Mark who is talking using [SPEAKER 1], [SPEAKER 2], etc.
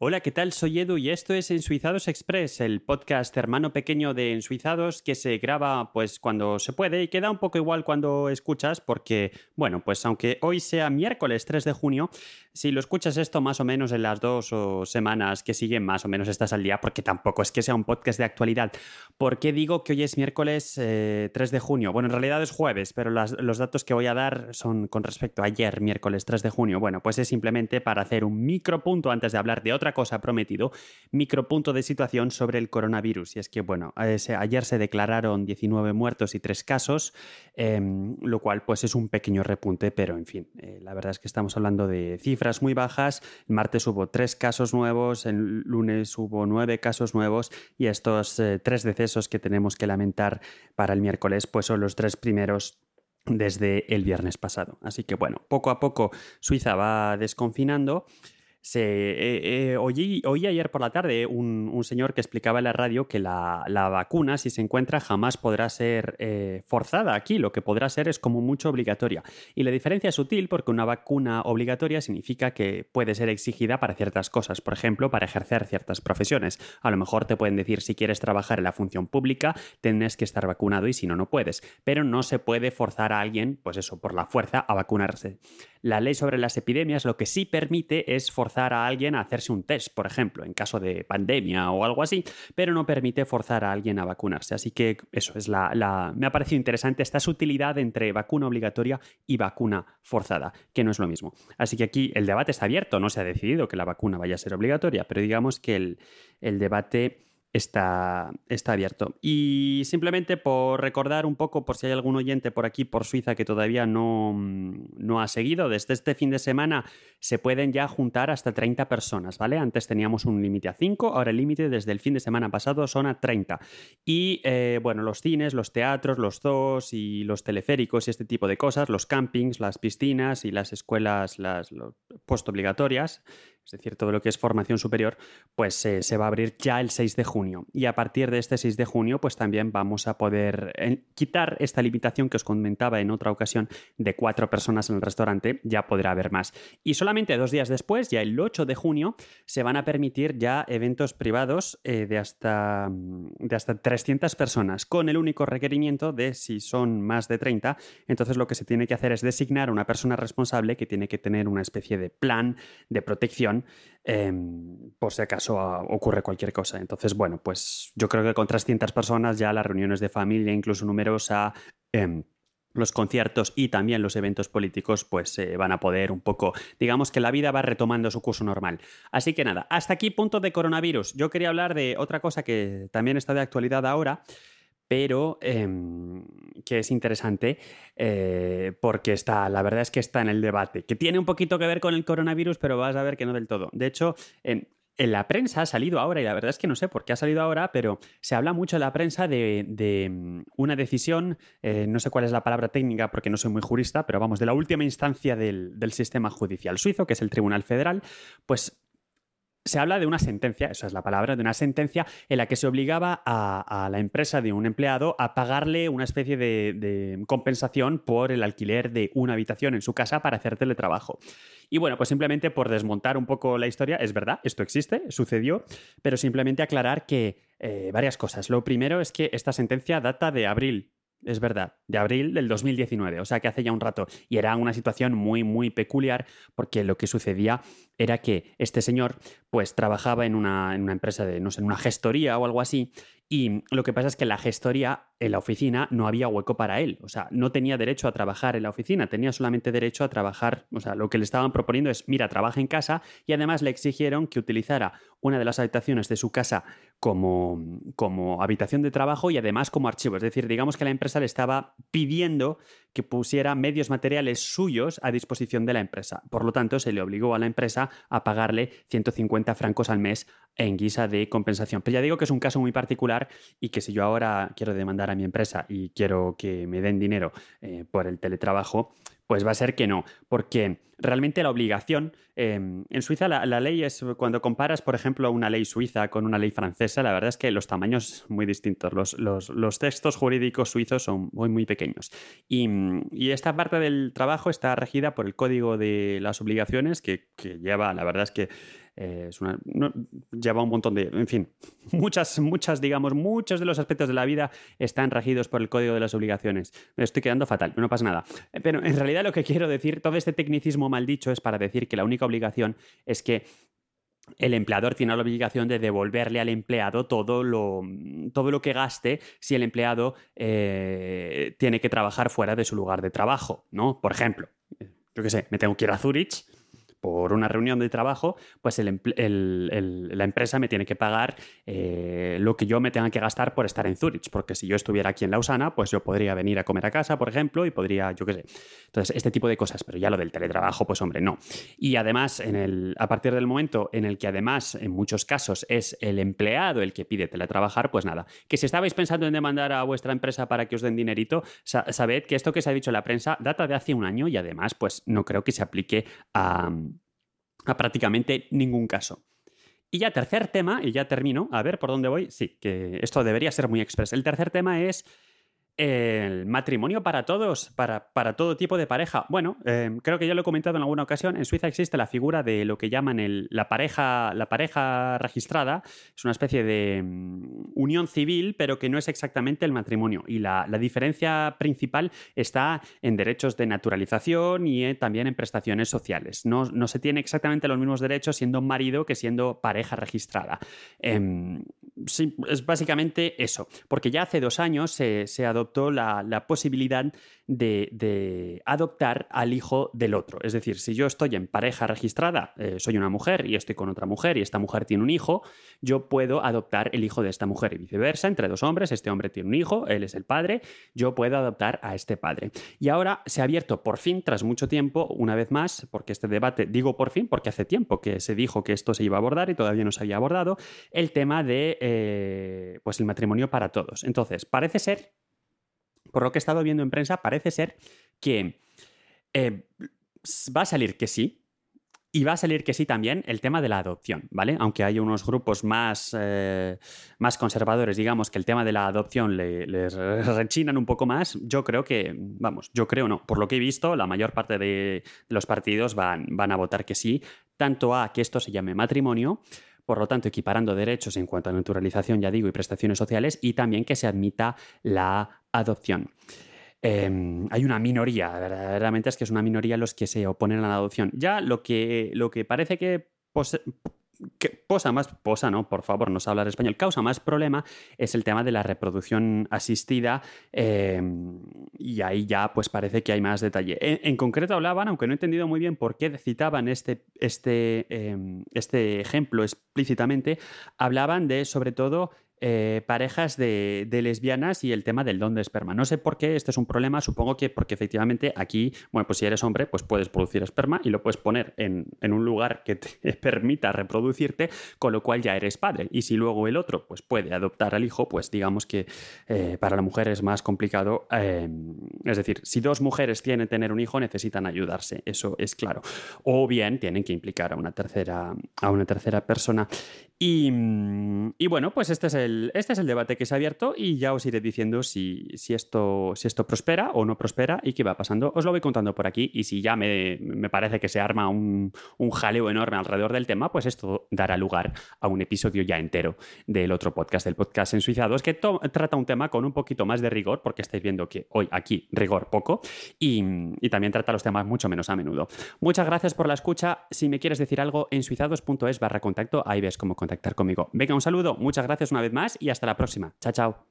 [SPEAKER 1] Hola, ¿qué tal? Soy Edu y esto es Ensuizados Express, el podcast hermano pequeño de Ensuizados que se graba pues cuando se puede y queda un poco igual cuando escuchas porque, bueno, pues aunque hoy sea miércoles 3 de junio, si lo escuchas esto más o menos en las 2 semanas que siguen, más o menos estás al día porque tampoco es que sea un podcast de actualidad. ¿Por qué digo que hoy es miércoles 3 de junio? Bueno, en realidad es jueves, pero los datos que voy a dar son con respecto a ayer, miércoles 3 de junio. Bueno, pues es simplemente para hacer un micropunto antes de hablar de otra cosa prometido, micropunto de situación sobre el coronavirus. Y es que, bueno, ayer se declararon 19 muertos y 3 casos, lo cual pues es un pequeño repunte, pero en fin, la verdad es que estamos hablando de cifras muy bajas. El martes hubo 3 casos nuevos, el lunes hubo 9 casos nuevos y estos 3 decesos que tenemos que lamentar para el miércoles pues son los 3 primeros desde el viernes pasado. Así que bueno, poco a poco Suiza va desconfinando. Oí ayer por la tarde un señor que explicaba en la radio que la vacuna, si se encuentra, jamás podrá ser forzada aquí. Lo que podrá ser es como mucho obligatoria. Y la diferencia es sutil porque una vacuna obligatoria significa que puede ser exigida para ciertas cosas. Por ejemplo, para ejercer ciertas profesiones. A lo mejor te pueden decir, si quieres trabajar en la función pública, tienes que estar vacunado y si no, no puedes. Pero no se puede forzar a alguien, pues eso, por la fuerza, a vacunarse. La ley sobre las epidemias lo que sí permite es forzar a alguien a hacerse un test, por ejemplo, en caso de pandemia o algo así, pero no permite forzar a alguien a vacunarse. Así que eso es me ha parecido interesante esta sutilidad entre vacuna obligatoria y vacuna forzada, que no es lo mismo. Así que aquí el debate está abierto, no se ha decidido que la vacuna vaya a ser obligatoria, pero digamos que el debate está abierto. Y simplemente por recordar un poco, por si hay algún oyente por aquí, por Suiza, que todavía no ha seguido, desde este fin de semana se pueden ya juntar hasta 30 personas, ¿vale? Antes teníamos un límite a 5, ahora el límite desde el fin de semana pasado son a 30. Y bueno, los cines, los teatros, los zoos y los teleféricos y este tipo de cosas, los campings, las piscinas y las escuelas, las postobligatorias, es decir, todo lo que es formación superior, pues se va a abrir ya el 6 de junio. Y a partir de este 6 de junio, pues también vamos a poder quitar esta limitación que os comentaba en otra ocasión de 4 personas en el restaurante, ya podrá haber más. Y solamente 2 días después, ya el 8 de junio, se van a permitir ya eventos privados de hasta 300 personas, con el único requerimiento de si son más de 30, entonces lo que se tiene que hacer es designar a una persona responsable que tiene que tener una especie de plan de protección por si acaso ocurre cualquier cosa. Entonces, bueno, pues yo creo que con 300 personas ya las reuniones de familia, incluso numerosa, los conciertos y también los eventos políticos pues van a poder un poco, digamos que la vida va retomando su curso normal. Así que nada, hasta aquí punto de coronavirus. Yo quería hablar de otra cosa que también está de actualidad ahora, pero que es interesante porque la verdad es que está en el debate, que tiene un poquito que ver con el coronavirus, pero vas a ver que no del todo. De hecho, en la prensa ha salido ahora, y la verdad es que no sé por qué ha salido ahora, pero se habla mucho en la prensa de una decisión, no sé cuál es la palabra técnica porque no soy muy jurista, pero vamos, de la última instancia del sistema judicial suizo, que es el Tribunal Federal, pues se habla de una sentencia, esa es la palabra, de una sentencia en la que se obligaba a la empresa de un empleado a pagarle una especie de compensación por el alquiler de una habitación en su casa para hacer teletrabajo. Y bueno, pues simplemente por desmontar un poco la historia, es verdad, esto existe, sucedió, pero simplemente aclarar que varias cosas. Lo primero es que esta sentencia data de abril. Es verdad, de abril del 2019, o sea que hace ya un rato. Y era una situación muy, muy peculiar porque lo que sucedía era que este señor pues trabajaba en una empresa de, no sé, en una gestoría o algo así, y lo que pasa es que en la gestoría, en la oficina, no había hueco para él. O sea, no tenía derecho a trabajar en la oficina, tenía solamente derecho a trabajar, o sea, lo que le estaban proponiendo es, mira, trabaja en casa, y además le exigieron que utilizara una de las habitaciones de su casa como habitación de trabajo y además como archivo. Es decir, digamos que la empresa le estaba pidiendo que pusiera medios materiales suyos a disposición de la empresa. Por lo tanto, se le obligó a la empresa a pagarle 150 francos al mes en guisa de compensación. Pero ya digo que es un caso muy particular y que si yo ahora quiero demandar a mi empresa y quiero que me den dinero por el teletrabajo, pues va a ser que no, porque realmente la obligación, en Suiza la ley es, cuando comparas, por ejemplo, una ley suiza con una ley francesa, la verdad es que los tamaños son muy distintos, los textos jurídicos suizos son muy, muy pequeños. Y esta parte del trabajo está regida por el Código de las Obligaciones que lleva, la verdad es que Lleva un montón de... En fin, digamos, muchos de los aspectos de la vida están regidos por el código de las obligaciones. Me estoy quedando fatal, no pasa nada. Pero en realidad lo que quiero decir, todo este tecnicismo mal dicho es para decir que la única obligación es que el empleador tiene la obligación de devolverle al empleado todo lo que gaste si el empleado tiene que trabajar fuera de su lugar de trabajo, ¿no? Por ejemplo, yo qué sé, me tengo que ir a Zurich por una reunión de trabajo, pues la empresa me tiene que pagar lo que yo me tenga que gastar por estar en Zurich, porque si yo estuviera aquí en Lausana, pues yo podría venir a comer a casa, por ejemplo, y podría, yo qué sé. Entonces, este tipo de cosas, pero ya lo del teletrabajo, pues hombre, no. Y además, a partir del momento en el que además, en muchos casos, es el empleado el que pide teletrabajar, pues nada. Que si estabais pensando en demandar a vuestra empresa para que os den dinerito, sabed que esto que se ha dicho en la prensa data de hace un año y además, pues no creo que se aplique a prácticamente ningún caso. Y ya tercer tema, y ya termino, a ver por dónde voy. Sí, que esto debería ser muy express. El tercer tema es el matrimonio para todos, para todo tipo de pareja. Bueno, creo que ya lo he comentado en alguna ocasión. En Suiza existe la figura de lo que llaman la pareja registrada. Es una especie de unión civil, pero que no es exactamente el matrimonio. Y la diferencia principal está en derechos de naturalización y también en prestaciones sociales. No se tiene exactamente los mismos derechos siendo marido que siendo pareja registrada. Sí, es básicamente eso. Porque ya hace 2 años se adoptó la posibilidad de adoptar al hijo del otro. Es decir, si yo estoy en pareja registrada, soy una mujer y estoy con otra mujer y esta mujer tiene un hijo, yo puedo adoptar el hijo de esta mujer y viceversa, entre 2 hombres, este hombre tiene un hijo, él es el padre, yo puedo adoptar a este padre. Y ahora se ha abierto por fin, tras mucho tiempo, una vez más, porque este debate, digo por fin, porque hace tiempo que se dijo que esto se iba a abordar y todavía no se había abordado, el tema de pues el matrimonio para todos. Entonces, parece ser, por lo que he estado viendo en prensa, parece ser que va a salir que sí, y va a salir que sí también el tema de la adopción, ¿vale? Aunque hay unos grupos más conservadores, digamos, que el tema de la adopción les rechinan un poco más, yo creo que, yo creo no, por lo que he visto, la mayor parte de los partidos van a votar que sí, tanto a que esto se llame matrimonio, por lo tanto, equiparando derechos en cuanto a naturalización, ya digo, y prestaciones sociales, y también que se admita la adopción. Hay una minoría, verdaderamente es que es una minoría los que se oponen a la adopción. Ya lo que parece que por favor, no sé hablar español, causa más problema es el tema de la reproducción asistida y ahí ya pues parece que hay más detalle. En concreto hablaban, aunque no he entendido muy bien por qué citaban este ejemplo explícitamente, hablaban de sobre todo parejas de lesbianas y el tema del don de esperma. No sé por qué este es un problema, supongo que porque efectivamente aquí, bueno, pues si eres hombre, pues puedes producir esperma y lo puedes poner en un lugar que te permita reproducirte, con lo cual ya eres padre. Y si luego el otro pues puede adoptar al hijo, pues digamos que para la mujer es más complicado. Es decir, si 2 mujeres quieren tener un hijo, necesitan ayudarse, eso es claro. O bien tienen que implicar a una tercera persona. Y bueno, pues este es el debate que se ha abierto y ya os iré diciendo si esto prospera o no prospera y qué va pasando. Os lo voy contando por aquí y si ya me parece que se arma un jaleo enorme alrededor del tema, pues esto dará lugar a un episodio ya entero del otro podcast, del podcast Ensuiciados, que trata un tema con un poquito más de rigor, porque estáis viendo que hoy aquí rigor poco y también trata los temas mucho menos a menudo. Muchas gracias por la escucha. Si me quieres decir algo, ensuiciados.es/contacto, ahí ves cómo contactar conmigo. Venga, un saludo, muchas gracias una vez más y hasta la próxima. Chao, chao.